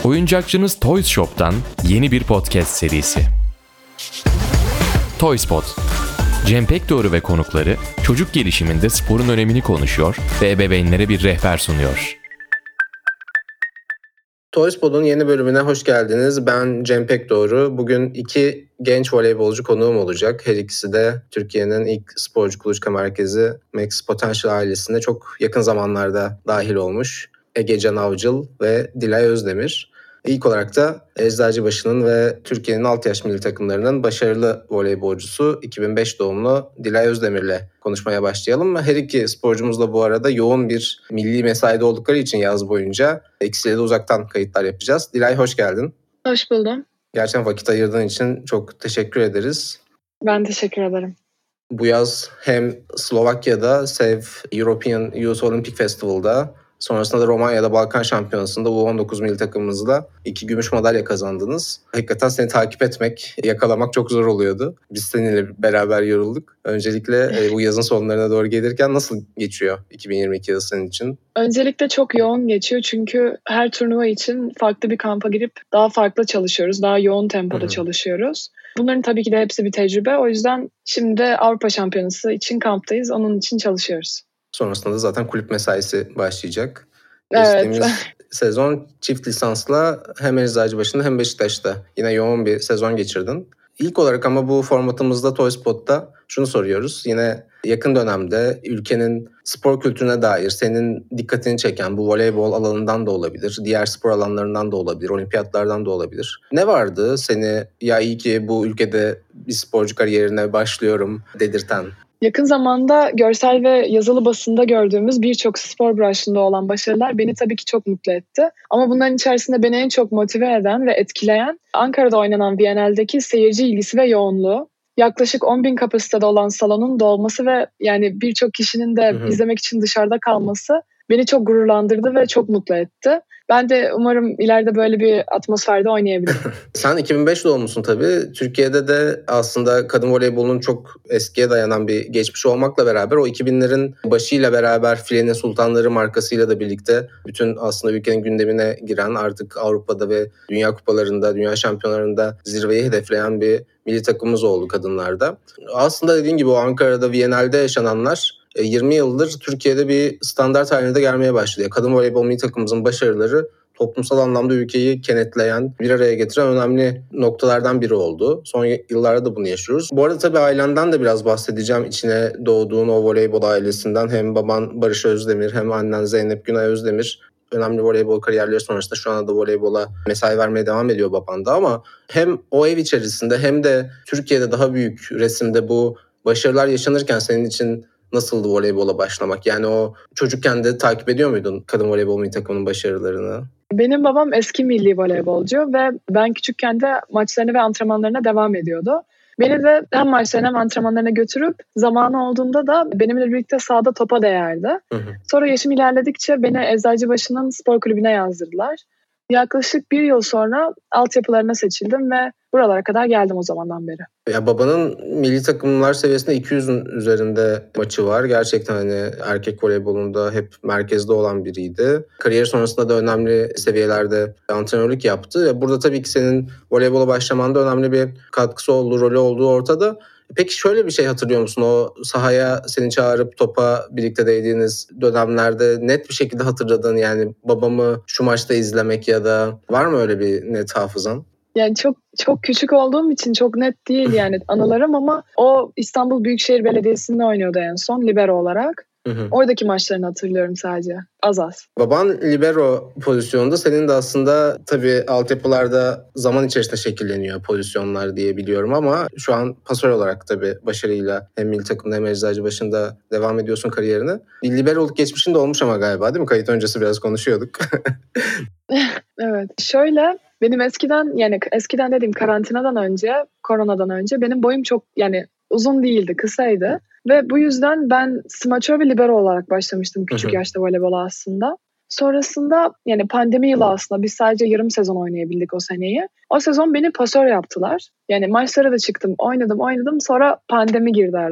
Oyuncakçınız Toys Shop'tan yeni bir podcast serisi. Toyspot. Cem Pekdoğru ve konukları çocuk gelişiminde sporun önemini konuşuyor ve ebeveynlere bir rehber sunuyor. Toyspot'un yeni bölümüne hoş geldiniz. Ben Cem Pekdoğru. Bugün iki genç voleybolcu konuğum olacak. Her ikisi de Türkiye'nin ilk sporcu kuluçka merkezi Max Potential ailesine çok yakın zamanlarda dahil olmuş. Egecan Avcıl ve Dilay Özdemir. İlk olarak da Eczacıbaşı'nın ve Türkiye'nin alt yaş milli takımlarının başarılı voleybolcusu 2005 doğumlu Dilay Özdemir'le konuşmaya başlayalım. Her iki sporcumuz da bu arada yoğun bir milli mesaide oldukları için yaz boyunca ikisiyle de uzaktan kayıtlar yapacağız. Dilay hoş geldin. Hoş buldum. Gerçekten vakit ayırdığın için çok teşekkür ederiz. Ben teşekkür ederim. Bu yaz hem Slovakya'da Sev European Youth Olympic Festival'da, sonrasında da Romanya'da Balkan Şampiyonası'nda U19 milli takımımızla 2 gümüş madalya kazandınız. Hakikaten seni takip etmek, yakalamak çok zor oluyordu. Biz seninle beraber yorulduk. Öncelikle bu yazın sonlarına doğru gelirken nasıl geçiyor 2022 yılı senin için? Öncelikle çok yoğun geçiyor çünkü her turnuva için farklı bir kampa girip daha farklı çalışıyoruz. Daha yoğun tempoda çalışıyoruz. Bunların tabii ki de hepsi bir tecrübe. O yüzden şimdi Avrupa Şampiyonası için kamptayız. Onun için çalışıyoruz. Sonrasında da zaten kulüp mesaisi başlayacak. Evet. Geçtiğimiz sezon çift lisansla hem Eczacıbaşı'nda hem Beşiktaş'ta yine yoğun bir sezon geçirdin. İlk olarak ama bu formatımızda Toyspot'ta şunu soruyoruz. Yine yakın dönemde ülkenin spor kültürüne dair senin dikkatini çeken bu voleybol alanından da olabilir, diğer spor alanlarından da olabilir, olimpiyatlardan da olabilir. Ne vardı seni ya iyi ki bu ülkede bir sporcu kariyerine başlıyorum dedirten? Yakın zamanda görsel ve yazılı basında gördüğümüz birçok spor branşında olan başarılar beni tabii ki çok mutlu etti. Ama bunların içerisinde beni en çok motive eden ve etkileyen Ankara'da oynanan Viyanel'deki seyirci ilgisi ve yoğunluğu. Yaklaşık 10.000 kapasitede olan salonun dolması ve yani birçok kişinin de izlemek için dışarıda kalması beni çok gururlandırdı ve çok mutlu etti. Ben de umarım ileride böyle bir atmosferde oynayabilirim. Sen 2005 doğumlusun tabii. Türkiye'de de aslında kadın voleybolunun çok eskiye dayanan bir geçmişi olmakla beraber o 2000'lerin başıyla beraber Filenin Sultanları markasıyla da birlikte bütün aslında ülkenin gündemine giren, artık Avrupa'da ve Dünya Kupalarında, Dünya Şampiyonlarında zirveyi hedefleyen bir milli takımımız oldu kadınlarda. Aslında dediğin gibi o Ankara'da, Viyanel'de yaşananlar 20 yıldır Türkiye'de bir standart haline de gelmeye başladı. Kadın voleybol milli takımımızın başarıları toplumsal anlamda ülkeyi kenetleyen, bir araya getiren önemli noktalardan biri oldu. Son yıllarda da bunu yaşıyoruz. Bu arada tabii ailenden de biraz bahsedeceğim. İçine doğduğun o voleybol ailesinden hem baban Barış Özdemir hem annen Zeynep Günay Özdemir. Önemli voleybol kariyerleri sonrasında şu anda da voleybola mesai vermeye devam ediyor baban da, ama hem o ev içerisinde hem de Türkiye'de daha büyük resimde bu başarılar yaşanırken senin için nasıldı voleybola başlamak? Yani o çocukken de takip ediyor muydun kadın voleybol milli takımının başarılarını? Benim babam eski milli voleybolcu ve ben küçükken de maçlarına ve antrenmanlarına devam ediyordu. Beni de hem maçlarına hem antrenmanlarına götürüp zamanı olduğunda da benimle birlikte sahada topa değerdi. Sonra yaşım ilerledikçe beni Eczacıbaşı'nın spor kulübüne yazdırdılar. Yaklaşık 1 yıl sonra altyapılarına seçildim ve buralara kadar geldim o zamandan beri. Ya babanın milli takımlar seviyesinde 200'ün üzerinde maçı var. Gerçekten hani erkek voleybolunda hep merkezde olan biriydi. Kariyer sonrasında da önemli seviyelerde antrenörlük yaptı. Burada tabii ki senin voleybola başlamanda önemli bir katkısı olduğu, rolü olduğu ortada. Peki şöyle bir şey hatırlıyor musun? O sahaya seni çağırıp topa birlikte değdiğiniz dönemlerde net bir şekilde hatırladığın, yani babamı şu maçta izlemek ya da var mı öyle bir net hafızan? Yani çok küçük olduğum için çok net değil yani anılarım, ama o İstanbul Büyükşehir Belediyesi'nde oynuyordu en son libero olarak. Oradaki maçlarını hatırlıyorum sadece. Az. Baban libero pozisyonunda, senin de aslında tabii altyapılarda zaman içerisinde şekilleniyor pozisyonlar diye biliyorum, ama şu an pasör olarak tabii başarıyla hem milli takımda hem Eczacıbaşı'nda devam ediyorsun kariyerine. Bir liberoluk geçmişin de olmuş ama galiba, değil mi? Kayıt öncesi biraz konuşuyorduk. Evet. Şöyle, benim eskiden dediğim karantinadan önce, koronadan önce benim boyum çok uzun değildi, kısaydı. Ve bu yüzden ben smaçör ve libero olarak başlamıştım küçük yaşta voleybola aslında. Sonrasında pandemi yılı aslında biz sadece yarım sezon oynayabildik o seneyi. O sezon beni pasör yaptılar. Yani maçlara da çıktım, oynadım. Sonra pandemi girdi araya.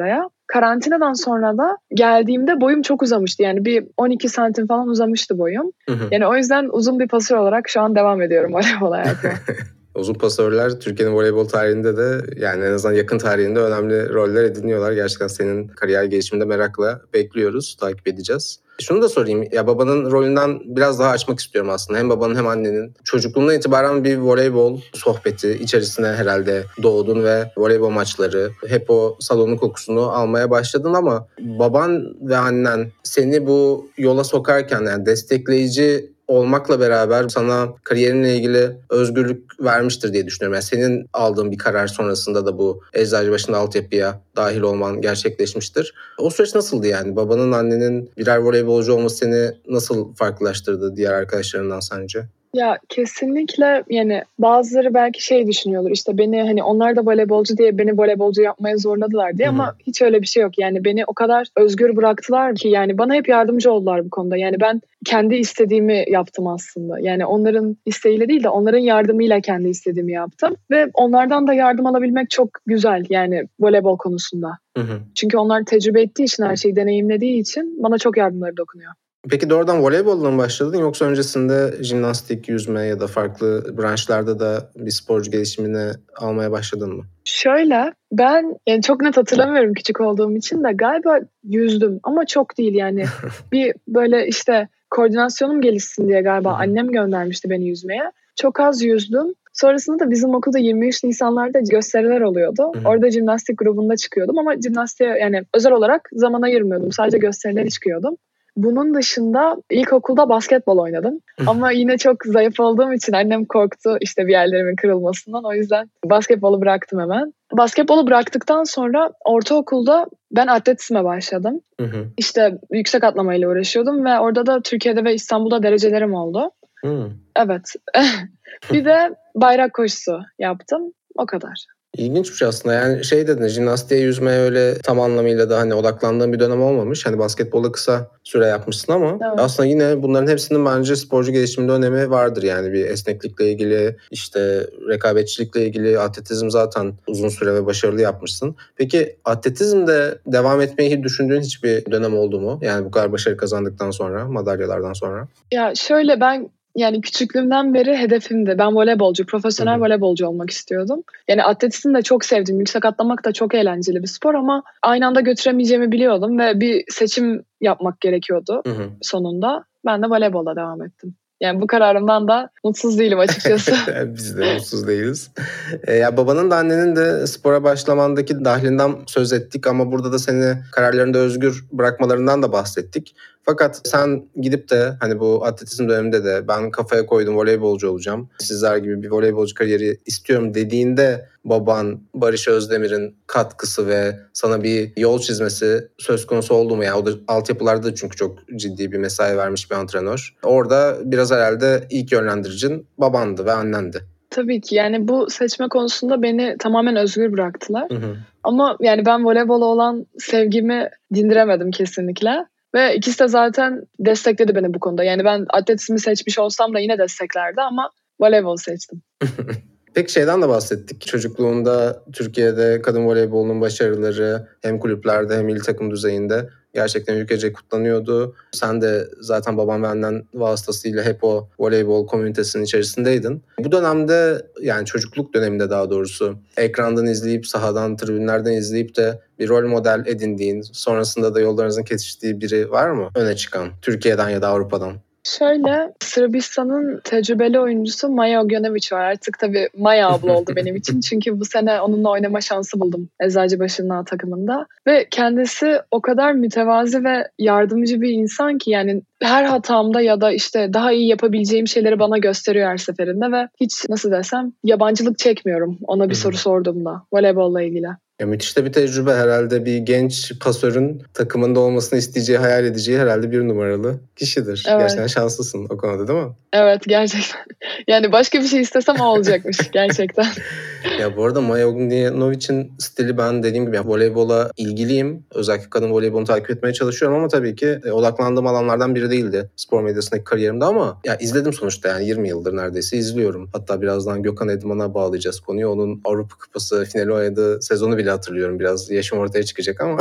karantinadan sonra da geldiğimde boyum çok uzamıştı. Yani bir 12 santim falan uzamıştı boyum. Yani o yüzden uzun bir pasör olarak şu an devam ediyorum voleybol hayatıma. Uzun pasörler Türkiye'nin voleybol tarihinde de yani en azından yakın tarihinde önemli roller ediniyorlar. Gerçekten senin kariyer gelişiminde merakla bekliyoruz, takip edeceğiz. Şunu da sorayım. Ya babanın rolünden biraz daha açmak istiyorum aslında. Hem babanın hem annenin. Çocukluğundan itibaren bir voleybol sohbeti içerisine herhalde doğdun ve voleybol maçları, hep o salonun kokusunu almaya başladın ama baban ve annen seni bu yola sokarken yani destekleyici olmakla beraber sana kariyerinle ilgili özgürlük vermiştir diye düşünüyorum. Yani senin aldığın bir karar sonrasında da bu Eczacıbaşı'nda altyapıya dahil olman gerçekleşmiştir. O süreç nasıldı yani? Babanın, annenin birer voleybolcu olması seni nasıl farklılaştırdı diğer arkadaşlarından sence? Ya kesinlikle yani bazıları belki şey düşünüyorlar işte beni hani onlar da voleybolcu diye beni voleybolcu yapmaya zorladılar diye ama hiç öyle bir şey yok. Yani beni o kadar özgür bıraktılar ki yani bana hep yardımcı oldular bu konuda. Yani ben kendi istediğimi yaptım aslında. Yani onların isteğiyle değil de onların yardımıyla kendi istediğimi yaptım ve onlardan da yardım alabilmek çok güzel yani voleybol konusunda. Çünkü onlar tecrübe ettiği için her şeyi deneyimlediği için bana çok yardımları dokunuyor. Peki doğrudan voleybolla mı başladın yoksa öncesinde jimnastik, yüzme ya da farklı branşlarda da bir sporcu gelişimini almaya başladın mı? Şöyle ben yani çok net hatırlamıyorum küçük olduğum için de galiba yüzdüm ama çok değil yani. Bir böyle işte koordinasyonum gelişsin diye galiba annem göndermişti beni yüzmeye. Çok az yüzdüm. Sonrasında da bizim okulda 23 Nisanlarda gösteriler oluyordu. Orada jimnastik grubunda çıkıyordum ama jimnastiğe yani özel olarak zaman ayırmıyordum. Sadece gösterilere çıkıyordum. Bunun dışında ilkokulda basketbol oynadım. Ama yine çok zayıf olduğum için annem korktu işte bir yerlerimin kırılmasından. O yüzden basketbolu bıraktım hemen. Basketbolu bıraktıktan sonra ortaokulda ben atletizme başladım. İşte yüksek atlamayla uğraşıyordum ve orada da Türkiye'de ve İstanbul'da derecelerim oldu. Evet. Bir de bayrak koşusu yaptım. O kadar. İlginç bir şey aslında. Yani şey dedin, jimnastiğe, yüzmeye öyle tam anlamıyla da hani odaklandığın bir dönem olmamış. Hani basketbolda kısa süre yapmışsın ama evet. Aslında yine bunların hepsinin bence sporcu gelişiminde önemi vardır. Yani bir esneklikle ilgili, işte rekabetçilikle ilgili, atletizm zaten uzun süre ve başarılı yapmışsın. Peki atletizmde devam etmeyi düşündüğün hiçbir dönem oldu mu? Yani bu kadar başarı kazandıktan sonra, madalyalardan sonra. Ya şöyle ben yani küçüklüğümden beri hedefimdi. Ben voleybolcu, profesyonel voleybolcu olmak istiyordum. Yani atletizmi de çok sevdim. Yüksek atlamak da çok eğlenceli bir spor ama aynı anda götüremeyeceğimi biliyordum ve bir seçim yapmak gerekiyordu sonunda. Ben de voleybolla devam ettim. Yani bu kararımdan da mutsuz değilim açıkçası. Biz de mutsuz değiliz. Ya babanın da annenin de spora başlamandaki dahlinden söz ettik ama burada da seni kararlarında özgür bırakmalarından da bahsettik. Fakat sen gidip de hani bu atletizm döneminde de ben kafaya koydum voleybolcu olacağım, sizler gibi bir voleybolcu kariyeri istiyorum dediğinde baban Barış Özdemir'in katkısı ve sana bir yol çizmesi söz konusu oldu mu? Yani o da altyapılarda çünkü çok ciddi bir mesai vermiş bir antrenör. Orada biraz herhalde ilk yönlendiricin babandı ve annendi. Tabii ki yani bu seçme konusunda beni tamamen özgür bıraktılar. Ama yani ben voleybola olan sevgimi dindiremedim kesinlikle. Ve ikisi de zaten destekledi beni bu konuda. Yani ben atletizmi seçmiş olsam da yine desteklerdi ama voleybol seçtim. Peki şeyden de bahsettik. Çocukluğunda Türkiye'de kadın voleybolunun başarıları hem kulüplerde hem milli takım düzeyinde gerçekten ülkece kutlanıyordu. Sen de zaten baban ve annen vasıtasıyla hep o voleybol komünitesinin içerisindeydin. Bu dönemde yani çocukluk döneminde daha doğrusu ekrandan izleyip sahadan, tribünlerden izleyip de bir rol model edindiğin, sonrasında da yollarınızın kesiştiği biri var mı öne çıkan Türkiye'den ya da Avrupa'dan? Şöyle, Sırbistan'ın tecrübeli oyuncusu Maja Ognjenović var. Artık tabii Maja abla oldu benim için. Çünkü bu sene onunla oynama şansı buldum Eczacıbaşı'nın A takımında. Ve kendisi o kadar mütevazi ve yardımcı bir insan ki yani her hatamda ya da işte daha iyi yapabileceğim şeyleri bana gösteriyor her seferinde ve hiç nasıl desem yabancılık çekmiyorum ona bir soru sorduğumda voleybolla ilgili. Ya müthiş de bir tecrübe herhalde, bir genç pasörün takımında olmasını isteyeceği, hayal edeceği herhalde bir numaralı kişidir. Evet. Gerçekten şanslısın o konuda değil mi? Evet gerçekten. Yani başka bir şey istesem o olacakmış gerçekten. Ya bu arada Maja Ognjenović'in stili ben dediğim gibi voleybola ilgiliyim. Özellikle kadın voleybolunu takip etmeye çalışıyorum ama tabii ki odaklandığım alanlardan biri değildi spor medyasındaki kariyerimde ama ya izledim sonuçta yani 20 yıldır neredeyse izliyorum. Hatta birazdan Gökhan Edman'a bağlayacağız konuyu. Onun Avrupa Kupası finali oynadığı sezonu bile bile hatırlıyorum. Biraz yaşım ortaya çıkacak ama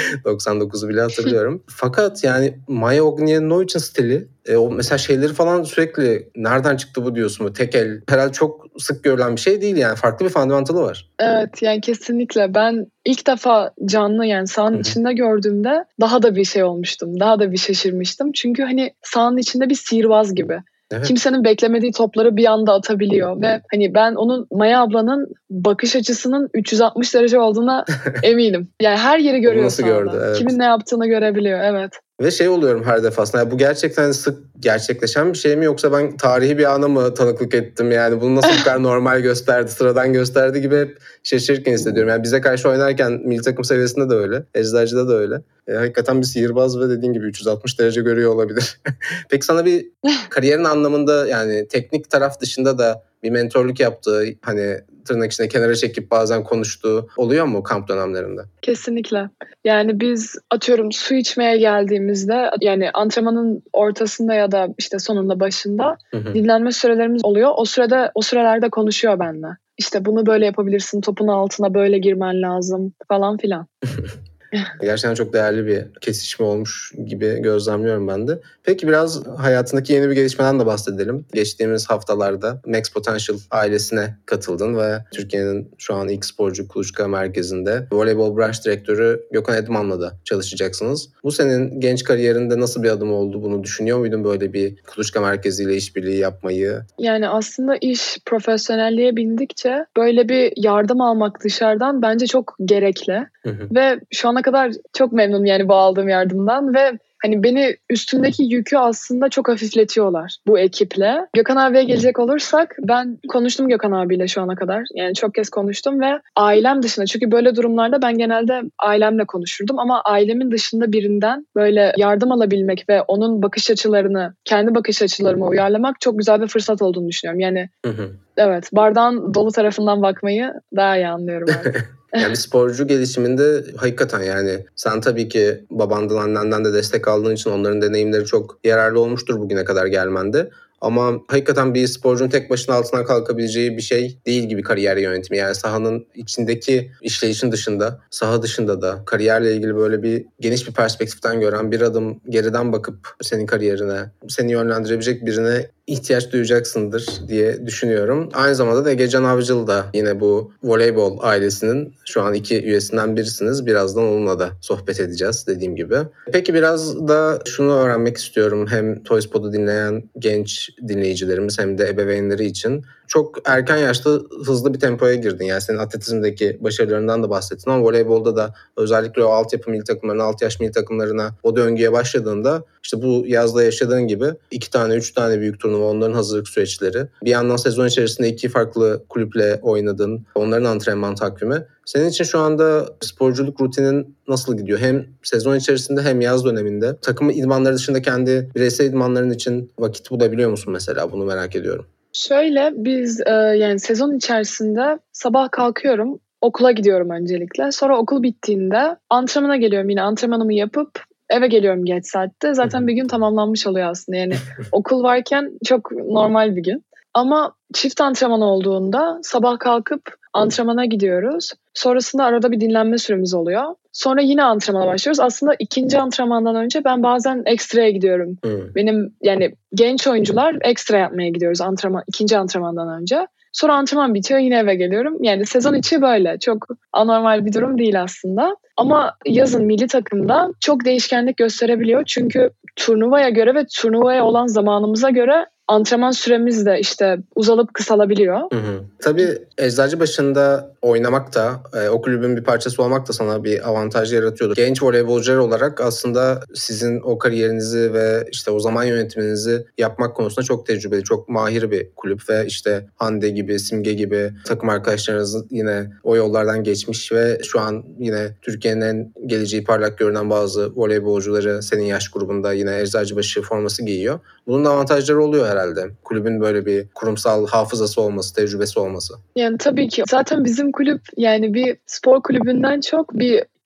99'u bile hatırlıyorum. Fakat yani Maya Ognjenović'in stili, o mesela şeyleri falan sürekli nereden çıktı bu diyorsun. Tek el herhalde çok sık görülen bir şey değil yani. Farklı bir fundamentalı var. Evet yani kesinlikle. Ben ilk defa canlı yani sahanın içinde gördüğümde daha da bir şey olmuştum. Daha da bir şaşırmıştım. Çünkü hani sahanın içinde bir sihirbaz gibi. Evet. Kimsenin beklemediği topları bir anda atabiliyor ve hani ben onun Maya ablanın bakış açısının 360 derece olduğuna eminim. Yani her yeri görüyor nasıl sahada. Gördü, evet. Kimin ne yaptığını görebiliyor, evet. Ve şey oluyorum her defasında. Yani bu gerçekten sık gerçekleşen bir şey mi yoksa ben tarihi bir ana mı tanıklık ettim? Yani bunu nasıl bu kadar normal gösterdi, sıradan gösterdi gibi hep şaşırırken hissediyorum. Yani bize karşı oynarken milli takım seviyesinde de öyle, Eczacı'da da öyle. Hakikaten bir sihirbaz ve dediğin gibi 360 derece görüyor olabilir. Peki sana bir kariyerin anlamında yani teknik taraf dışında da bir mentorluk yaptığı, hani tırnak içinde kenara çekip bazen konuştuğu oluyor mu kamp dönemlerinde? Kesinlikle. Yani biz atıyorum su içmeye geldiğimizde yani antrenmanın ortasında ya da işte sonunda başında dinlenme sürelerimiz oluyor. O sürelerde konuşuyor benimle. İşte bunu böyle yapabilirsin, topun altına böyle girmen lazım falan filan. Gerçekten çok değerli bir kesişme olmuş gibi gözlemliyorum ben de. Peki biraz hayatındaki yeni bir gelişmeden de bahsedelim. Geçtiğimiz haftalarda Max Potential ailesine katıldın ve Türkiye'nin şu an ilk sporcu kuluçka merkezinde voleybol branş direktörü Gökhan Edman'la da çalışacaksınız. Bu senin genç kariyerinde nasıl bir adım oldu? Bunu düşünüyor muydun böyle bir kuluçka merkeziyle işbirliği yapmayı? Yani aslında iş profesyonelliğe bindikçe böyle bir yardım almak dışarıdan bence çok gerekli. Ve şu ana kadar çok memnunum yani bu aldığım yardımdan ve hani beni üstümdeki yükü aslında çok hafifletiyorlar bu ekiple. Gökhan abiye gelecek olursak ben konuştum Gökhan abiyle şu ana kadar. Yani çok kez konuştum ve ailem dışında çünkü böyle durumlarda ben genelde ailemle konuşurdum ama ailemin dışında birinden böyle yardım alabilmek ve onun bakış açılarını kendi bakış açılarıma uyarlamak çok güzel bir fırsat olduğunu düşünüyorum. Yani evet, bardağın dolu tarafından bakmayı daha iyi anlıyorum artık. Yani bir sporcu gelişiminde hakikaten yani sen tabii ki babandan annenden de destek aldığın için onların deneyimleri çok yararlı olmuştur bugüne kadar gelmende. Ama hakikaten bir sporcunun tek başına altından kalkabileceği bir şey değil gibi kariyer yönetimi. Yani sahanın içindeki işleyişin dışında, saha dışında da kariyerle ilgili böyle bir geniş bir perspektiften gören, bir adım geriden bakıp senin kariyerine, seni yönlendirebilecek birine ihtiyaç duyacaksındır diye düşünüyorum. Aynı zamanda da Egecan Avcıl da yine bu voleybol ailesinin şu an 2 üyesinden birisiniz. Birazdan onunla da sohbet edeceğiz dediğim gibi. Peki biraz da şunu öğrenmek istiyorum. Hem Toys Pod'u dinleyen genç dinleyicilerimiz hem de ebeveynleri için. Çok erken yaşta hızlı bir tempoya girdin. Yani senin atletizmdeki başarılarından da bahsettin ama voleybolda da özellikle o altyapı milli takımlarına, 6 yaş milli takımlarına o döngüye başladığında işte bu yazda yaşadığın gibi 2 tane 3 tane büyük turnuva, onların hazırlık süreçleri. Bir yandan sezon içerisinde 2 farklı kulüple oynadın. Onların antrenman takvimi. Senin için şu anda sporculuk rutinin nasıl gidiyor? Hem sezon içerisinde hem yaz döneminde. Takım idmanları dışında kendi bireysel idmanların için vakit bulabiliyor musun mesela? Bunu merak ediyorum. Şöyle biz yani sezon içerisinde sabah kalkıyorum. Okula gidiyorum öncelikle. Sonra okul bittiğinde antrenmana geliyorum. Yine antrenmanımı yapıp eve geliyorum geç saatte. Zaten bir gün tamamlanmış oluyor aslında. Yani okul varken çok normal bir gün. Ama çift antrenman olduğunda sabah kalkıp antrenmana gidiyoruz. Sonrasında arada bir dinlenme süremiz oluyor. Sonra yine antrenmana başlıyoruz. Aslında ikinci antrenmandan önce ben bazen ekstraya gidiyorum. Benim yani genç oyuncular ekstra yapmaya gidiyoruz ikinci antrenmandan önce. Sonra antrenman bitiyor, yine eve geliyorum. Yani sezon içi böyle. Çok anormal bir durum değil aslında. Ama yazın milli takımda çok değişkenlik gösterebiliyor. Çünkü turnuvaya göre ve turnuvaya olan zamanımıza göre antrenman süremiz de işte uzalıp kısalabiliyor. Tabii Eczacıbaşı'nda oynamak da, o kulübün bir parçası olmak da sana bir avantaj yaratıyordur. Genç voleybolcular olarak aslında sizin o kariyerinizi ve işte o zaman yönetiminizi yapmak konusunda çok tecrübeli, çok mahir bir kulüp ve işte Hande gibi, Simge gibi takım arkadaşlarınız yine o yollardan geçmiş ve şu an yine Türkiye'nin en geleceği parlak görünen bazı voleybolcuları senin yaş grubunda yine Eczacıbaşı forması giyiyor. Bunun da avantajları oluyor herhalde. Kulübün böyle bir kurumsal hafızası olması, tecrübesi olması. Yani tabii ki. Zaten bizim kulüp yani bir spor kulübünden çok bir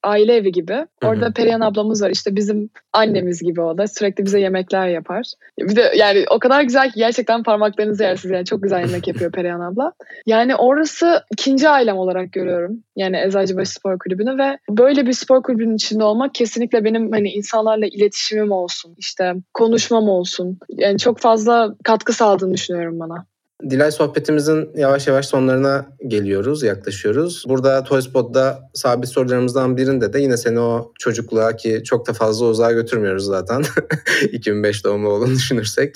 aile evi gibi. Orada Perihan ablamız var. İşte bizim annemiz gibi o da. Sürekli bize yemekler yapar. Bir de yani o kadar güzel ki gerçekten parmaklarınızı yersiniz. Yani çok güzel yemek yapıyor Perihan abla. Yani orası ikinci ailem olarak görüyorum. Yani Eczacıbaşı Spor Kulübü'nü ve böyle bir spor kulübünün içinde olmak kesinlikle benim hani insanlarla iletişimim olsun, işte konuşmam olsun. Yani çok fazla katkı sağladığını düşünüyorum bana. Dilay, sohbetimizin yavaş yavaş sonlarına yaklaşıyoruz. Burada Toyspot'da sabit sorularımızdan birinde de yine seni o çocukluğa, ki çok da fazla uzağa götürmüyoruz zaten 2005 doğumlu olduğunu düşünürsek.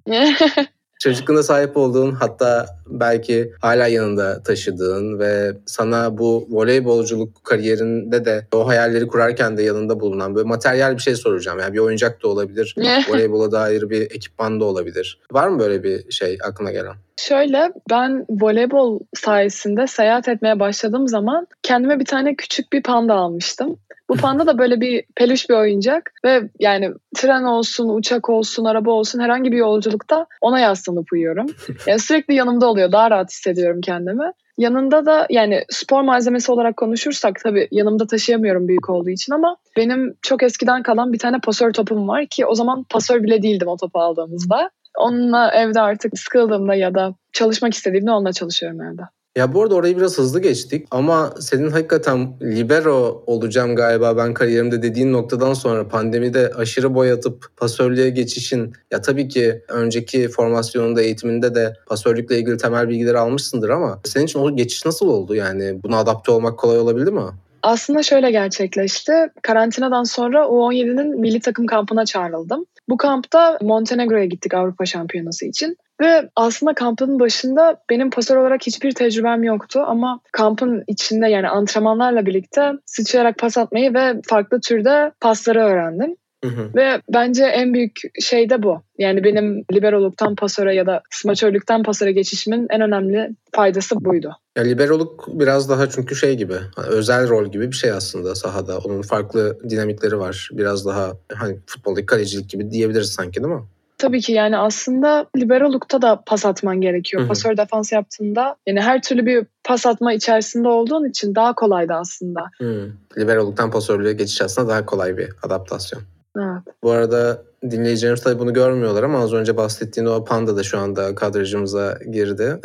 Çocukluğunda sahip olduğun, hatta belki hala yanında taşıdığın ve sana bu voleybolculuk kariyerinde de o hayalleri kurarken de yanında bulunan böyle materyal bir şey soracağım. Yani bir oyuncak da olabilir, voleybola dair bir ekipman da olabilir. Var mı böyle bir şey aklına gelen? Şöyle, ben voleybol sayesinde seyahat etmeye başladığım zaman kendime bir tane küçük bir panda almıştım. Bu panda da böyle bir peluş bir oyuncak ve yani tren olsun, uçak olsun, araba olsun herhangi bir yolculukta ona yaslanıp uyuyorum. Yani sürekli yanımda oluyor, daha rahat hissediyorum kendimi. Yanında da yani spor malzemesi olarak konuşursak tabii yanımda taşıyamıyorum büyük olduğu için ama benim çok eskiden kalan bir tane pasör topum var ki o zaman pasör bile değildim o topu aldığımızda. Onunla evde artık sıkıldığımda ya da çalışmak istediğimde onunla çalışıyorum evde. Ya bu arada orayı biraz hızlı geçtik ama senin hakikaten libero olacağım galiba ben kariyerimde dediğin noktadan sonra pandemide aşırı boy atıp pasörlüğe geçişin, ya tabii ki önceki formasyonunda, eğitiminde de pasörlükle ilgili temel bilgileri almışsındır ama senin için o geçiş nasıl oldu? Yani buna adapte olmak kolay olabildi mi? Aslında şöyle gerçekleşti. Karantinadan sonra U17'nin milli takım kampına çağrıldım. Bu kampta Montenegro'ya gittik Avrupa Şampiyonası için. Ve aslında kampın başında benim pasör olarak hiçbir tecrübem yoktu ama kampın içinde yani antrenmanlarla birlikte sıçrayarak pas atmayı ve farklı türde pasları öğrendim. Ve bence en büyük şey de bu. Yani benim liberoluktan pasöre ya da smaçörlükten pasöre geçişimin en önemli faydası buydu. Ya liberoluk biraz daha çünkü şey gibi, özel rol gibi bir şey aslında sahada. Onun farklı dinamikleri var. Biraz daha hani futboldaki kalecilik gibi diyebiliriz sanki, değil mi? Tabii ki yani aslında liberolukta da pas atman gerekiyor. Pasör defans yaptığında yani her türlü bir pas atma içerisinde olduğun için daha kolaydı aslında. Liberoluktan pasörlüğe geçiş aslında daha kolay bir adaptasyon. Evet. Bu arada dinleyicilerimiz tabii bunu görmüyorlar ama az önce bahsettiğin o panda da şu anda kadrajımıza girdi.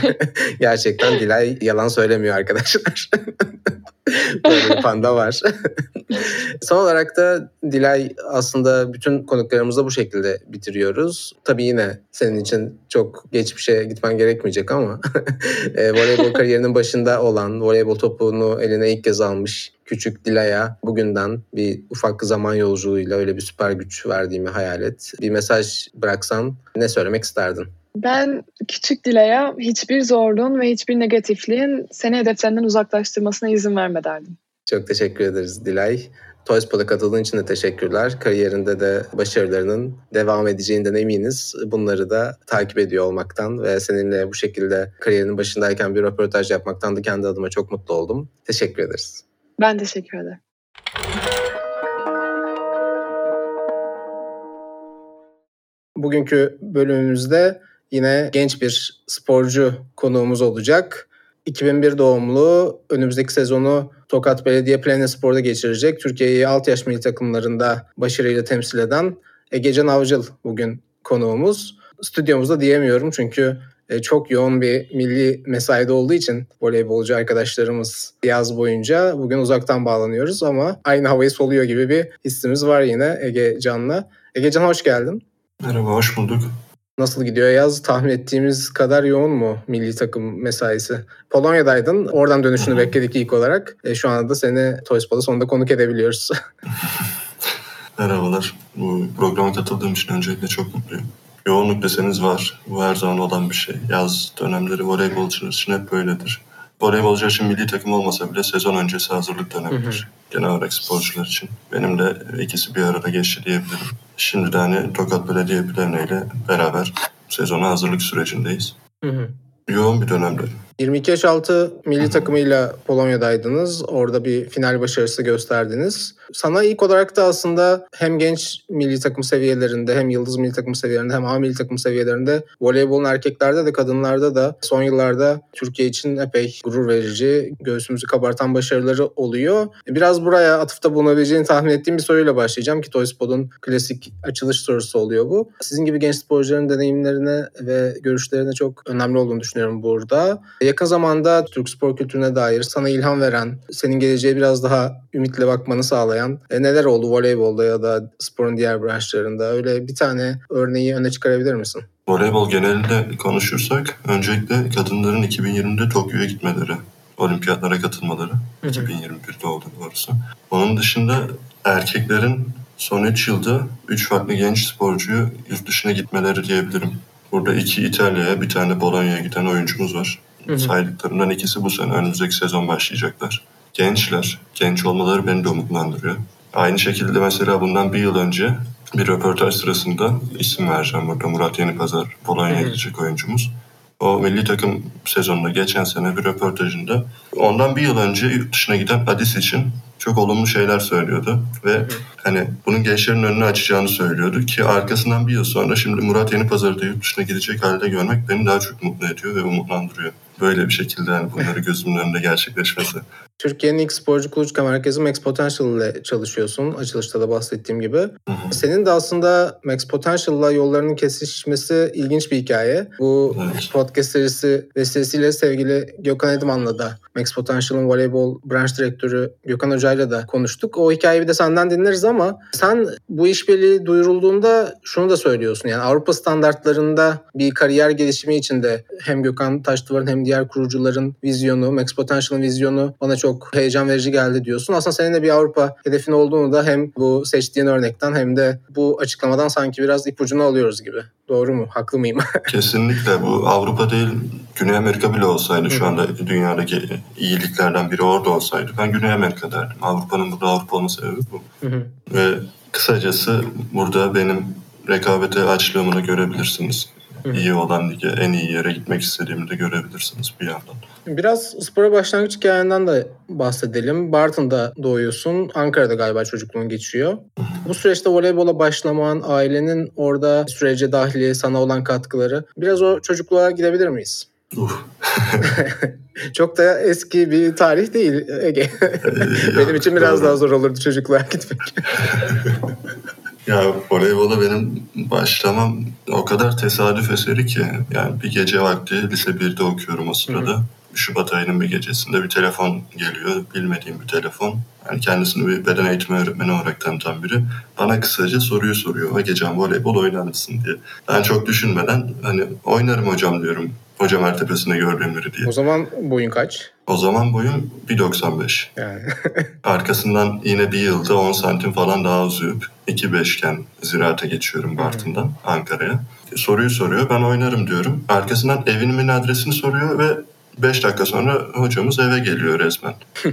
Gerçekten Dilay yalan söylemiyor arkadaşlar. Böyle bir panda var. Son olarak da Dilay, aslında bütün konuklarımızla bu şekilde bitiriyoruz. Tabii yine senin için çok geçmişe gitmen gerekmeyecek ama voleybol kariyerinin başında olan, voleybol topunu eline ilk kez almış küçük Dilay'a bugünden bir ufak zaman yolculuğuyla öyle bir süper güç verdiğimi hayal et. Bir mesaj bıraksan ne söylemek isterdin? Ben küçük Dilay'a hiçbir zorluğun ve hiçbir negatifliğin seni hedeflerinden uzaklaştırmasına izin verme derdim. Çok teşekkür ederiz Dilay. Toyspot'a katıldığın için de teşekkürler. Kariyerinde de başarılarının devam edeceğinden eminiz. Bunları da takip ediyor olmaktan ve seninle bu şekilde kariyerinin başındayken bir röportaj yapmaktan da kendi adıma çok mutlu oldum. Teşekkür ederiz. Ben teşekkür ederim. Bugünkü bölümümüzde yine genç bir sporcu konuğumuz olacak. 2001 doğumlu, önümüzdeki sezonu Tokat Belediye Planespor'da geçirecek. Türkiye'yi alt yaş milli takımlarında başarıyla temsil eden Egecan Avcıl bugün konuğumuz. Stüdyomuzda diyemiyorum çünkü çok yoğun bir milli mesaide olduğu için voleybolcu arkadaşlarımız yaz boyunca bugün uzaktan bağlanıyoruz ama aynı havayı soluyor gibi bir hissimiz var yine Egecan'la. Egecan, hoş geldin. Merhaba, hoş bulduk. Nasıl gidiyor yaz? Tahmin ettiğimiz kadar yoğun mu milli takım mesaisi? Polonya'daydın. Oradan dönüşünü bekledik ilk olarak. Şu anda da seni Toyspot'a sonunda konuk edebiliyoruz. Merhabalar. Bu programa katıldığım için öncelikle çok mutluyum. Yoğunluk deseniz var. Bu her zaman olan bir şey. Yaz dönemleri voleybolcular için hep böyledir. Voleybolcular için milli takım olmasa bile sezon öncesi hazırlık dönemidir. Genel olarak sporcular için. Benim de ikisi bir arada geçti diyebilirim. Şimdi de hani Tokat Belediye ile beraber sezona hazırlık sürecindeyiz. Yoğun bir dönemde. 22 yaş altı milli takımıyla Polonya'daydınız. Orada bir final başarısı gösterdiniz. Sana ilk olarak da aslında hem genç milli takım seviyelerinde hem yıldız milli takım seviyelerinde hem A milli takım seviyelerinde voleybolun erkeklerde de kadınlarda da son yıllarda Türkiye için epey gurur verici, göğsümüzü kabartan başarıları oluyor. Biraz buraya atıfta bulunabileceğini tahmin ettiğim bir soruyla başlayacağım ki Toyspot'un klasik açılış sorusu oluyor bu. Sizin gibi genç sporcuların deneyimlerine ve görüşlerine çok önemli olduğunu düşünüyorum burada. Yakın zamanda Türk spor kültürüne dair sana ilham veren, senin geleceğe biraz daha ümitle bakmanı sağlayan neler oldu voleybolda ya da sporun diğer branşlarında? Öyle bir tane örneği öne çıkarabilir misin? Voleybol genelinde konuşursak öncelikle kadınların 2020'de Tokyo'ya gitmeleri, olimpiyatlara katılmaları, 2021'de oldu doğrusu. Onun dışında erkeklerin son 3 yılda 3 farklı genç sporcuyu yurt dışına gitmeleri diyebilirim. Burada 2 İtalya'ya, bir tane Bolonya'ya giden oyuncumuz var. Saydıklarından ikisi bu sene önümüzdeki sezon başlayacaklar. Gençler, genç olmaları beni de umutlandırıyor. Aynı şekilde mesela bundan bir yıl önce bir röportaj sırasında isim vereceğim burada, Murat Yenipazar, Polonya'ya gidecek oyuncumuz. O milli takım sezonunda geçen sene bir röportajında ondan bir yıl önce yurt dışına giden Adis için çok olumlu şeyler söylüyordu ve hani bunun gençlerin önünü açacağını söylüyordu ki arkasından bir yıl sonra şimdi Murat Yenipazar'da yurt dışına gidecek halde görmek beni daha çok mutlu ediyor ve umutlandırıyor. Böyle bir şekilde yani bunları gözümün önünde gerçekleşmesi. Türkiye'nin ilk sporcu kuluçka merkezi Max Potential ile çalışıyorsun. Açılışta da bahsettiğim gibi. Senin de aslında Max Potential'la yollarının kesişmesi ilginç bir hikaye. Bu podcast serisi vesilesiyle sevgili Gökhan Edman'la da Max Potential'ın voleybol branş direktörü Gökhan Hoca'yla da konuştuk. O hikayeyi bir de senden dinleriz ama sen bu işbirliği duyurulduğunda şunu da söylüyorsun. Yani Avrupa standartlarında bir kariyer gelişimi için de hem Gökhan Taştıvar'ın hem diğer kurucuların vizyonu, Max Potential'ın vizyonu bana çok heyecan verici geldi diyorsun. Aslında senin de bir Avrupa hedefin olduğunu da hem bu seçtiğin örnekten hem de bu açıklamadan sanki biraz ipucunu alıyoruz gibi. Doğru mu? Haklı mıyım? Kesinlikle. Bu Avrupa değil, Güney Amerika bile olsaydı şu anda dünyadaki iyiliklerden biri orada olsaydı ben Güney Amerika derdim. Avrupa'nın burada Avrupa olma sebebi bu. Ve kısacası burada benim rekabete açlığımı da görebilirsiniz. İyi olan lige, en iyi yere gitmek istediğimi de görebilirsiniz bir yandan. Biraz spora başlangıç hikayenden de bahsedelim. Bartın'da doğuyorsun. Ankara'da galiba çocukluğun geçiyor. Bu süreçte voleybola başlaman, ailenin orada sürece dahili, sana olan katkıları. Biraz o çocukluğa gidebilir miyiz? Çok da eski bir tarih değil Ege. Benim için biraz daha zor olurdu çocukluğa gitmek. Ya voleybola benim başlamam o kadar tesadüf eseri ki. Yani bir gece vakti lise 1'de okuyorum o sırada. Şubat ayının bir gecesinde bir telefon geliyor. Bilmediğim bir telefon. Yani kendisini bir beden eğitimi öğretmeni olarak tanıtan biri. Bana kısaca soruyu soruyor. O gecem voleybol oynar mısın diye. Ben çok düşünmeden hani oynarım hocam diyorum. Hoca mertebesinde gördüğüm biri diye. O zaman boyun kaç? O zaman boyum 1.95. Yani. Arkasından yine bir yılda 10 santim falan daha uzayıp 2.5 iken ziraate geçiyorum Bartın'dan Ankara'ya. Soruyu soruyor, ben oynarım diyorum. Arkasından evimin adresini soruyor ve 5 dakika sonra hocamız eve geliyor resmen.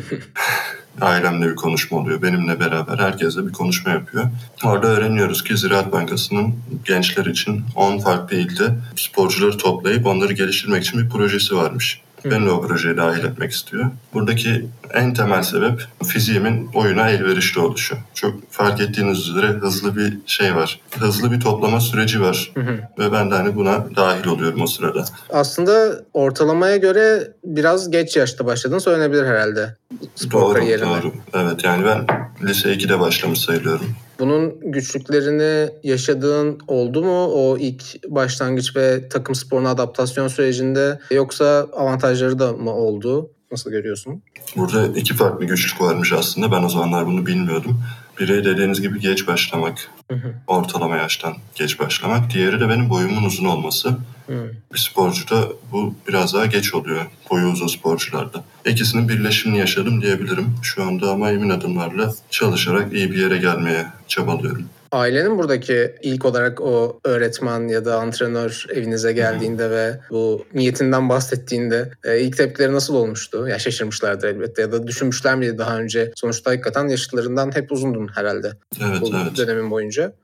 Ailemle bir konuşma oluyor. Benimle beraber herkesle bir konuşma yapıyor. Orada öğreniyoruz ki Ziraat Bankası'nın gençler için 10 farklı ilde sporcuları toplayıp onları geliştirmek için bir projesi varmış. Beni de o projeye dahil etmek istiyor. Buradaki en temel sebep fiziğimin oyuna elverişli oluşu. Çok fark ettiğiniz üzere hızlı bir şey var. Hızlı bir toplama süreci var. Ve ben de hani buna dahil oluyorum o sırada. Aslında ortalamaya göre biraz geç yaşta başladığını söylenebilir herhalde. Spor kariyerine. Doğru. Evet yani ben lise 2'de başlamış sayılıyorum. Bunun güçlüklerini yaşadığın oldu mu o ilk başlangıç ve takım sporuna adaptasyon sürecinde, yoksa avantajları da mı oldu? Nasıl görüyorsun? Burada 2 farklı güçlük varmış aslında. Ben o zamanlar bunu bilmiyordum. Biri dediğiniz gibi geç başlamak. Ortalama yaştan geç başlamak. Diğeri de benim boyumun uzun olması. Bir sporcuda bu biraz daha geç oluyor. Boyu uzun sporcularda. İkisinin birleşimini yaşadım diyebilirim. Şu anda ama emin adımlarla çalışarak iyi bir yere gelmeye çabalıyorum. Ailenin buradaki ilk olarak o öğretmen ya da antrenör evinize geldiğinde ve bu niyetinden bahsettiğinde ilk tepkileri nasıl olmuştu? Ya şaşırmışlardır elbette ya da düşünmüşler miydi daha önce? Sonuçta hakikaten yaşıtlarından hep uzundun herhalde. Evet. Dönemin boyunca.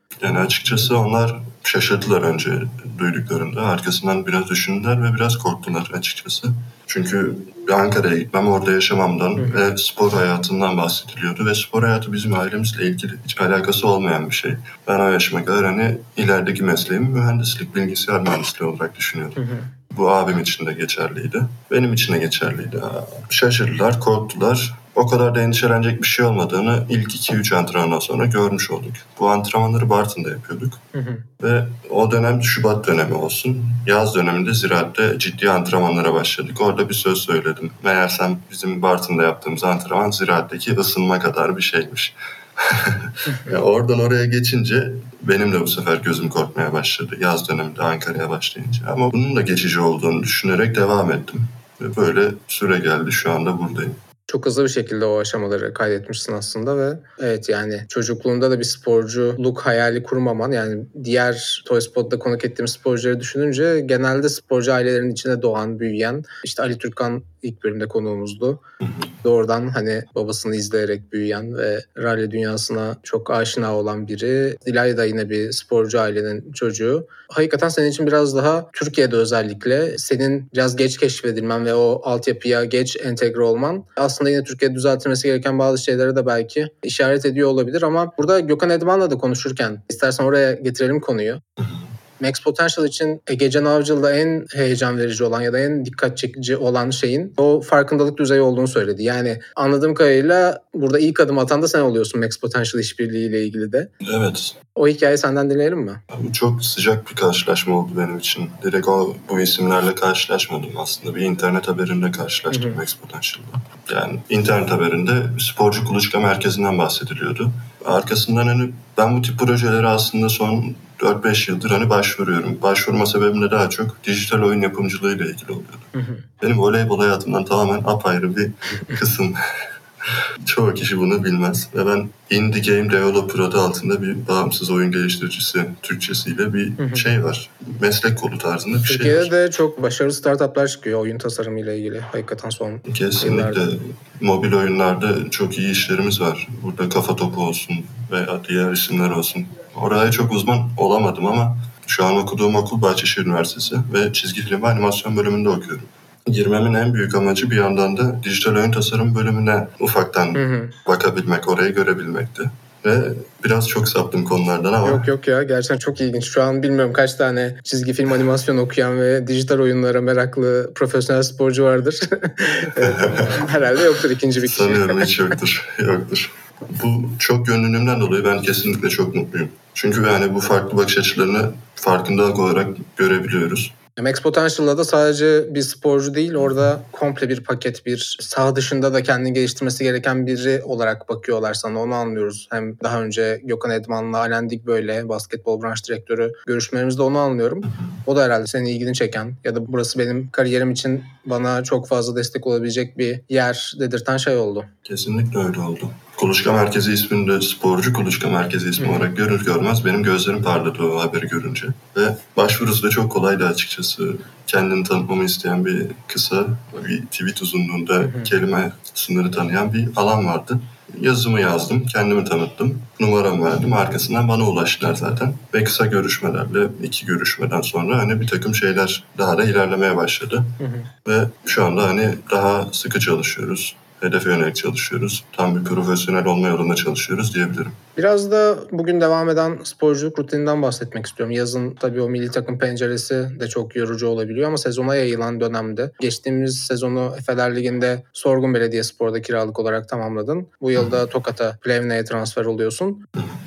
Yani açıkçası onlar şaşırdılar önce duyduklarında. Arkasından biraz düşündüler ve biraz korktular açıkçası. Çünkü Ankara'ya gitmem, orada yaşamamdan ve spor hayatından bahsediliyordu. Ve spor hayatı bizim ailemizle ilgili hiç alakası olmayan bir şey. Ben o yaşıma kadar hani ilerideki mesleğimi mühendislik, bilgisayar mühendisliği olarak düşünüyordum. Bu abim için de geçerliydi. Benim için de geçerliydi. Şaşırdılar, korktular. O kadar da endişelenecek bir şey olmadığını ilk 2-3 antrenmandan sonra görmüş olduk. Bu antrenmanları Bartın'da yapıyorduk. Ve o dönem Şubat dönemi olsun. Yaz döneminde Ziraat'te ciddi antrenmanlara başladık. Orada bir söz söyledim. Meğersem bizim Bartın'da yaptığımız antrenman Ziraat'teki ısınma kadar bir şeymiş. Yani oradan oraya geçince benim de bu sefer gözüm korkmaya başladı. Yaz döneminde Ankara'ya başlayınca. Ama bunun da geçici olduğunu düşünerek devam ettim. Ve böyle süre geldi, şu anda buradayım. Çok hızlı bir şekilde o aşamaları kaydetmişsin aslında ve evet yani çocukluğunda da bir sporculuk hayali kurmaman, yani diğer Toy Spot'ta konuk ettiğimiz sporcuları düşününce genelde sporcu ailelerin içine doğan, büyüyen, işte Ali Türkan ilk bölümde konuğumuzdu. Doğrudan hani babasını izleyerek büyüyen ve rally dünyasına çok aşina olan biri. Dilay da yine bir sporcu ailenin çocuğu. Hakikaten senin için biraz daha Türkiye'de özellikle senin biraz geç keşfedilmen ve o altyapıya geç entegre olman aslında yine Türkiye'de düzeltilmesi gereken bazı şeylere de belki işaret ediyor olabilir. Ama burada Gökhan Edman'la da konuşurken istersen oraya getirelim konuyu. Max Potential için Egecan Avcı'da en heyecan verici olan ya da en dikkat çekici olan şeyin o farkındalık düzeyi olduğunu söyledi. Yani anladığım kadarıyla burada ilk adım atan da sen oluyorsun Max Potential işbirliğiyle ilgili de. Evet. O hikayeyi senden dinleyelim mi? Bu çok sıcak bir karşılaşma oldu benim için. Direkt bu isimlerle karşılaşmadım aslında. Bir internet haberinde karşılaştım Max Potential'da. Yani internet haberinde sporcu kuluçka merkezinden bahsediliyordu. Arkasından hani ben bu tip projelere aslında son 4-5 yıldır hani başvuruyorum. Başvurma sebebim de daha çok dijital oyun yapımcılığıyla ilgili oluyordu. Benim voleybol hayatımdan tamamen apayrı bir kısım. Çoğu kişi bunu bilmez. Ve ben Indie Game Developer adı altında bir bağımsız oyun geliştiricisi Türkçesiyle bir şey var. Meslek kolu tarzında bir şey var. Türkiye'de de çok başarılı startuplar çıkıyor oyun tasarımıyla ilgili. Hakikaten son Kesinlikle. yıllarda. Mobil oyunlarda çok iyi işlerimiz var. Burada Kafa Topu olsun veya diğer isimler olsun. Oraya çok uzman olamadım ama şu an okuduğum okul Bahçeşehir Üniversitesi ve çizgi film ve animasyon bölümünde okuyorum. Girmemin en büyük amacı bir yandan da dijital oyun tasarım bölümüne ufaktan bakabilmek, orayı görebilmekti. Ve biraz çok saptım konulardan ama... Yok ya, gerçekten çok ilginç. Şu an bilmiyorum kaç tane çizgi film animasyon okuyan ve dijital oyunlara meraklı profesyonel sporcu vardır. Herhalde yoktur ikinci bir kişi. Sanıyorum hiç yoktur. Bu çok yönlülüğümden dolayı ben kesinlikle çok mutluyum. Çünkü yani bu farklı bakış açılarını farkındalık olarak görebiliyoruz. Max Potential'da da sadece bir sporcu değil, orada komple bir paket, bir saha dışında da kendini geliştirmesi gereken biri olarak bakıyorlar sana, onu anlıyoruz. Hem daha önce Gökhan Edman'la Alen Digböy'le basketbol branş direktörü görüşmelerimizde onu anlıyorum. O da herhalde senin ilgini çeken ya da burası benim kariyerim için bana çok fazla destek olabilecek bir yer dedirten şey oldu. Kesinlikle öyle oldu. Kuluçka Merkezi isminde sporcu Kuluçka Merkezi ismi olarak görür görmez benim gözlerim parladı o haberi görünce. Ve başvurusu da çok kolaydı açıkçası. Kendini tanıtmamı isteyen bir kısa, bir tweet uzunluğunda kelime sınırı tanıyan bir alan vardı. Yazımı yazdım, kendimi tanıttım, numaramı verdim. Arkasından bana ulaştılar zaten. Ve kısa görüşmelerle, 2 görüşmeden sonra hani bir takım şeyler daha da ilerlemeye başladı. Ve şu anda hani daha sıkı çalışıyoruz. Hedefe yönelik çalışıyoruz. Tam bir profesyonel olma yolunda çalışıyoruz diyebilirim. Biraz da bugün devam eden sporculuk rutininden bahsetmek istiyorum. Yazın tabii o milli takım penceresi de çok yorucu olabiliyor ama sezona yayılan dönemde geçtiğimiz sezonu Efeler Ligi'nde Sorgun Belediyespor'da kiralık olarak tamamladın. Bu yılda Tokat'a, Plevne'ye transfer oluyorsun.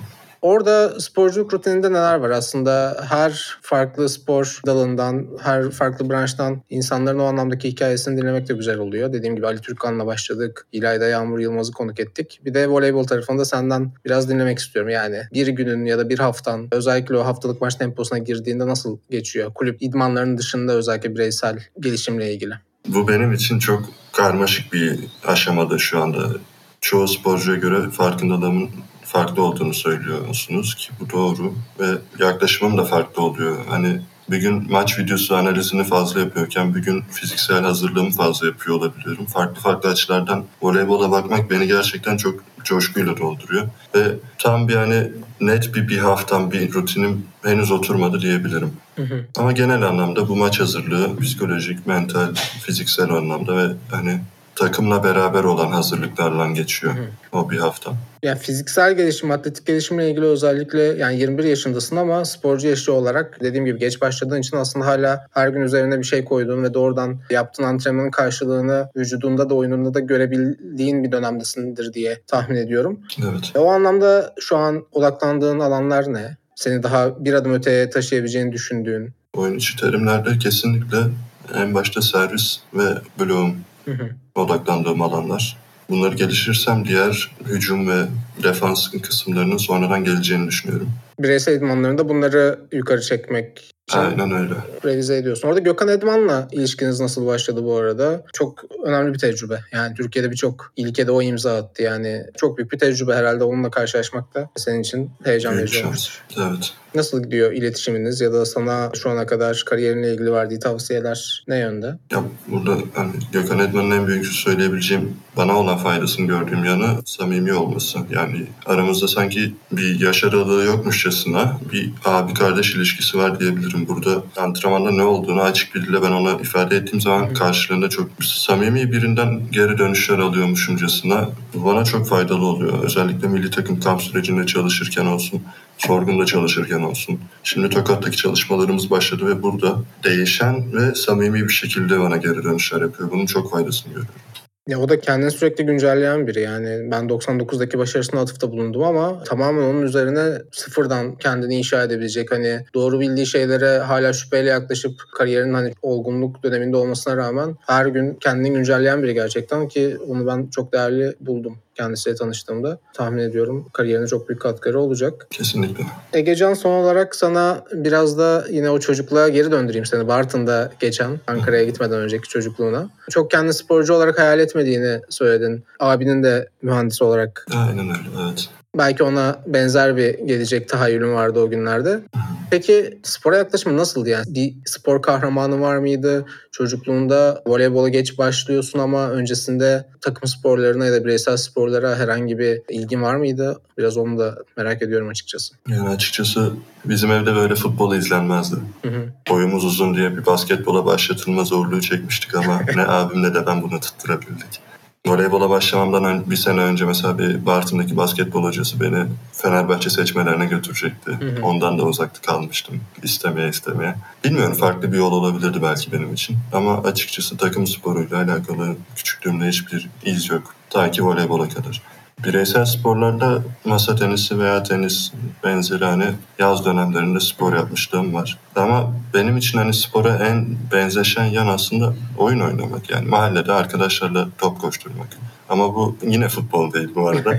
Orada sporculuk rutininde neler var? Aslında her farklı spor dalından, her farklı branştan insanların o anlamdaki hikayesini dinlemek de güzel oluyor. Dediğim gibi Ali Türkan'la başladık. İlayda Yağmur Yılmaz'ı konuk ettik. Bir de voleybol tarafında senden biraz dinlemek istiyorum. Yani bir günün ya da bir haftan özellikle o haftalık maç temposuna girdiğinde nasıl geçiyor? Kulüp idmanlarının dışında özellikle bireysel gelişimle ilgili. Bu benim için çok karmaşık bir aşamada şu anda. Çoğu sporcuya göre farkındalığımın farklı olduğunu söylüyorsunuz ki bu doğru ve yaklaşımım da farklı oluyor. Hani bir gün maç videosu analizini fazla yapıyorken bir gün fiziksel hazırlığımı fazla yapıyor olabiliyorum. Farklı açılardan voleybola bakmak beni gerçekten çok coşkuyla dolduruyor. Ve tam net bir haftam, bir rutinim henüz oturmadı diyebilirim. Ama genel anlamda bu maç hazırlığı psikolojik, mental, fiziksel anlamda ve takımla beraber olan hazırlıklarla geçiyor o bir hafta. Yani fiziksel gelişim, atletik gelişimle ilgili özellikle yani 21 yaşındasın ama sporcu yaşı olarak dediğim gibi geç başladığın için aslında hala her gün üzerine bir şey koyduğun ve doğrudan yaptığın antrenmanın karşılığını vücudunda da oyununda da görebildiğin bir dönemdesindir diye tahmin ediyorum. Evet. O anlamda şu an odaklandığın alanlar ne? Seni daha bir adım öteye taşıyabileceğini düşündüğün? Oyun içi terimlerde kesinlikle en başta servis ve bloğum odaklandığım alanlar. Bunları geliştirsem diğer hücum ve defansın kısımlarının sonradan geleceğini düşünüyorum. Bireysel idmanlarında bunları yukarı çekmek için aynen öyle. Revize ediyorsun. Orada Gökhan Edman'la ilişkiniz nasıl başladı bu arada? Çok önemli bir tecrübe. Yani Türkiye'de birçok ilkede o imza attı. Yani çok büyük bir tecrübe herhalde onunla karşılaşmak da senin için heyecan verici olmuştur. Evet. Nasıl gidiyor iletişiminiz ya da sana şu ana kadar kariyerinle ilgili verdiği tavsiyeler ne yönde? Ya burada Gökhan Edman'ın en büyük söyleyebileceğim bana olan faydasını gördüğüm yanı samimi olması. Yani aramızda sanki bir yaş aralığı yokmuşçasına bir abi kardeş ilişkisi var diyebilirim. Burada antrenmanda ne olduğunu açık bir dille ben ona ifade ettiğim zaman karşılığında çok samimi birinden geri dönüşler alıyormuşumcasına bu bana çok faydalı oluyor. Özellikle milli takım kamp sürecinde çalışırken olsun, Sorgun'da çalışırken olsun. Şimdi Tokat'taki çalışmalarımız başladı ve burada değişen ve samimi bir şekilde bana geri dönüşler yapıyor. Bunun çok faydasını görüyorum. Ya o da kendini sürekli güncelleyen biri. Yani ben 99'daki başarısına atıfta bulundum ama tamamen onun üzerine sıfırdan kendini inşa edebilecek. Doğru bildiği şeylere hala şüpheyle yaklaşıp kariyerin olgunluk döneminde olmasına rağmen her gün kendini güncelleyen biri gerçekten ki onu ben çok değerli buldum. Kendisiyle tanıştığımda tahmin ediyorum kariyerine çok büyük katkıları olacak. Kesinlikle. Egecan son olarak sana biraz da yine o çocukluğa geri döndüreyim seni. Bartın'da geçen Ankara'ya gitmeden önceki çocukluğuna. Çok kendini sporcu olarak hayal etmediğini söyledin. Abinin de mühendis olarak. Aynen öyle, evet. Belki ona benzer bir gelecek tahayyülün vardı o günlerde. Peki spora yaklaşımı nasıldı yani? Bir spor kahramanı var mıydı? Çocukluğunda voleybola geç başlıyorsun ama öncesinde takım sporlarına ya da bireysel sporlara herhangi bir ilgin var mıydı? Biraz onu da merak ediyorum açıkçası. Yani açıkçası bizim evde böyle futbol izlenmezdi. Boyumuz uzun diye bir basketbola başlatılma zorluğu çekmiştik ama ne abim ne de ben bunu tutturabildik. Voleybola başlamamdan bir sene önce mesela bir Bartın'daki basketbol hocası beni Fenerbahçe seçmelerine götürecekti. Ondan da uzakta kalmıştım istemeye. Bilmiyorum, farklı bir yol olabilirdi belki benim için. Ama açıkçası takım sporuyla alakalı küçüklüğümde hiçbir iz yok. Ta ki voleybola kadar. Bireysel sporlarda masa tenisi veya tenis benzeri yaz dönemlerinde spor yapmışlığım var. Ama benim için spora en benzeşen yan aslında oyun oynamak. Yani mahallede arkadaşlarla top koşturmak. Ama bu yine futbol değil bu arada.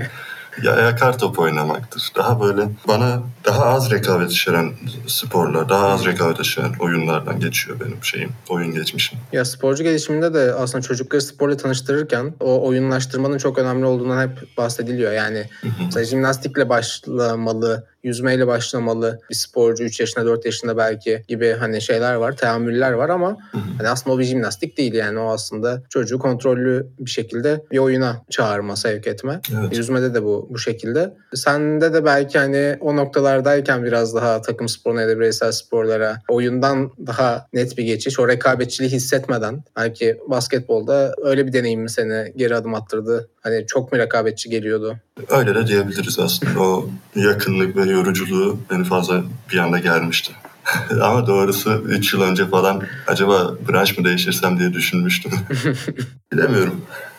Ya kartop oynamaktır. Daha böyle bana daha az rekabet içeren sporlar, daha az rekabet içeren oyunlardan geçiyor benim oyun geçmişim. Ya sporcu gelişiminde de aslında çocukları sporla tanıştırırken o oyunlaştırmanın çok önemli olduğundan hep bahsediliyor. Yani mesela jimnastikle başlamalı, yüzmeyle başlamalı bir sporcu 3 yaşında 4 yaşında belki gibi şeyler var, teamüller var ama aslında o bir jimnastik değil yani o aslında çocuğu kontrollü bir şekilde bir oyuna çağırma, sevk etme. Evet. Yüzmede de bu şekilde. Sende de belki o noktalardayken biraz daha takım sporuna ya da bireysel sporlara oyundan daha net bir geçiş, o rekabetçiliği hissetmeden belki basketbolda öyle bir deneyim mi seni geri adım attırdı? Çok mu rekabetçi geliyordu? Öyle de diyebiliriz aslında. O yakınlık ve yoruculuğu beni fazla bir anda gelmişti. Ama doğrusu 3 yıl önce falan acaba branş mı değiştirsem diye düşünmüştüm. Bilemiyorum.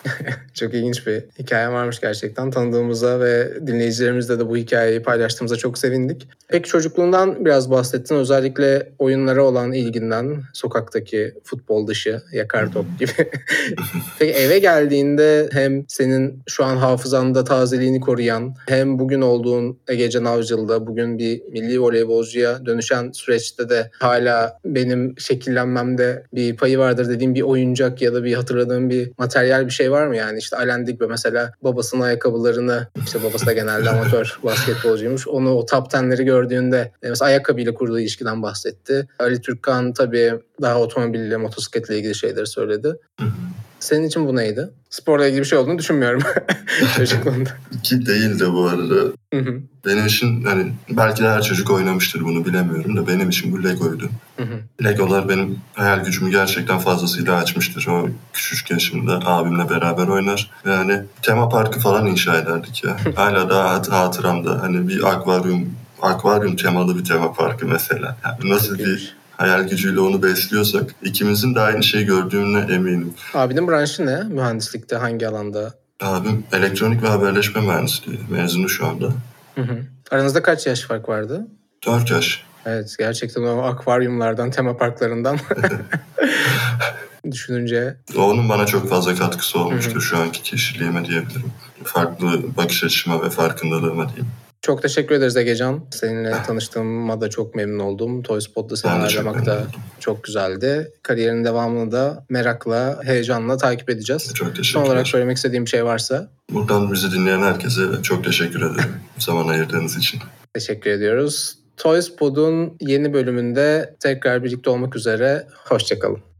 Çok ilginç bir hikaye varmış gerçekten. Tanıdığımıza ve dinleyicilerimizle de bu hikayeyi paylaştığımıza çok sevindik. Peki çocukluğundan biraz bahsettin. Özellikle oyunlara olan ilginden, sokaktaki futbol dışı, yakar top gibi. Peki eve geldiğinde hem senin şu an hafızanda tazeliğini koruyan, hem bugün olduğun Egecan Avcı'da bugün bir milli voleybolcuya dönüşen süreçte de hala benim şekillenmemde bir payı vardır dediğim bir oyuncak ya da bir hatırladığım bir materyal bir şey var mı yani? İşte Alain Digbe mesela babasının ayakkabılarını, babası da genelde amatör basketbolcuymuş. Onu o top 10'leri gördüğünde mesela ayakkabıyla kurduğu ilişkiden bahsetti. Ali Türkkan tabii daha otomobille, motosikletle ilgili şeyleri söyledi. Senin için bu neydi? Sporla ilgili bir şey olduğunu düşünmüyorum çocukluğunda. Ki değil de bu arada. Hı hı. Benim için hani belki de her çocuk oynamıştır bunu bilemiyorum da benim için bu Lego'ydu. Hı hı. Legolar benim hayal gücümü gerçekten fazlasıyla açmıştır. O küçücük yaşımda abimle beraber oynar. Yani tema parkı falan inşa ederdik ya. Hala da hatıramda hani bir akvaryum temalı bir tema parkı mesela. Yani nasıl bir hayal gücüyle onu besliyorsak ikimizin de aynı şeyi gördüğüne eminim. Abinin branşı ne? Mühendislikte hangi alanda? Abim elektronik ve haberleşme mühendisliği mezunu şu anda. Hı hı. Aranızda kaç yaş fark vardı? 4 yaş. Evet, gerçekten o akvaryumlardan, tema parklarından düşününce. Onun bana çok fazla katkısı olmuştur şu anki kişiliğime diyebilirim. Farklı bakış açıma ve farkındalığıma diyeyim. Çok teşekkür ederiz Egecan. Seninle tanıştığıma da çok memnun oldum. Toyspot'ta seni ağırlamak da çok güzeldi. Kariyerin devamını da merakla, heyecanla takip edeceğiz. Çok Son teşekkürler. olarak söylemek istediğim bir şey varsa? Buradan bizi dinleyen herkese çok teşekkür ederim zaman ayırdığınız için. Teşekkür ediyoruz. Toyspot'un yeni bölümünde tekrar birlikte olmak üzere. Hoşça kalın.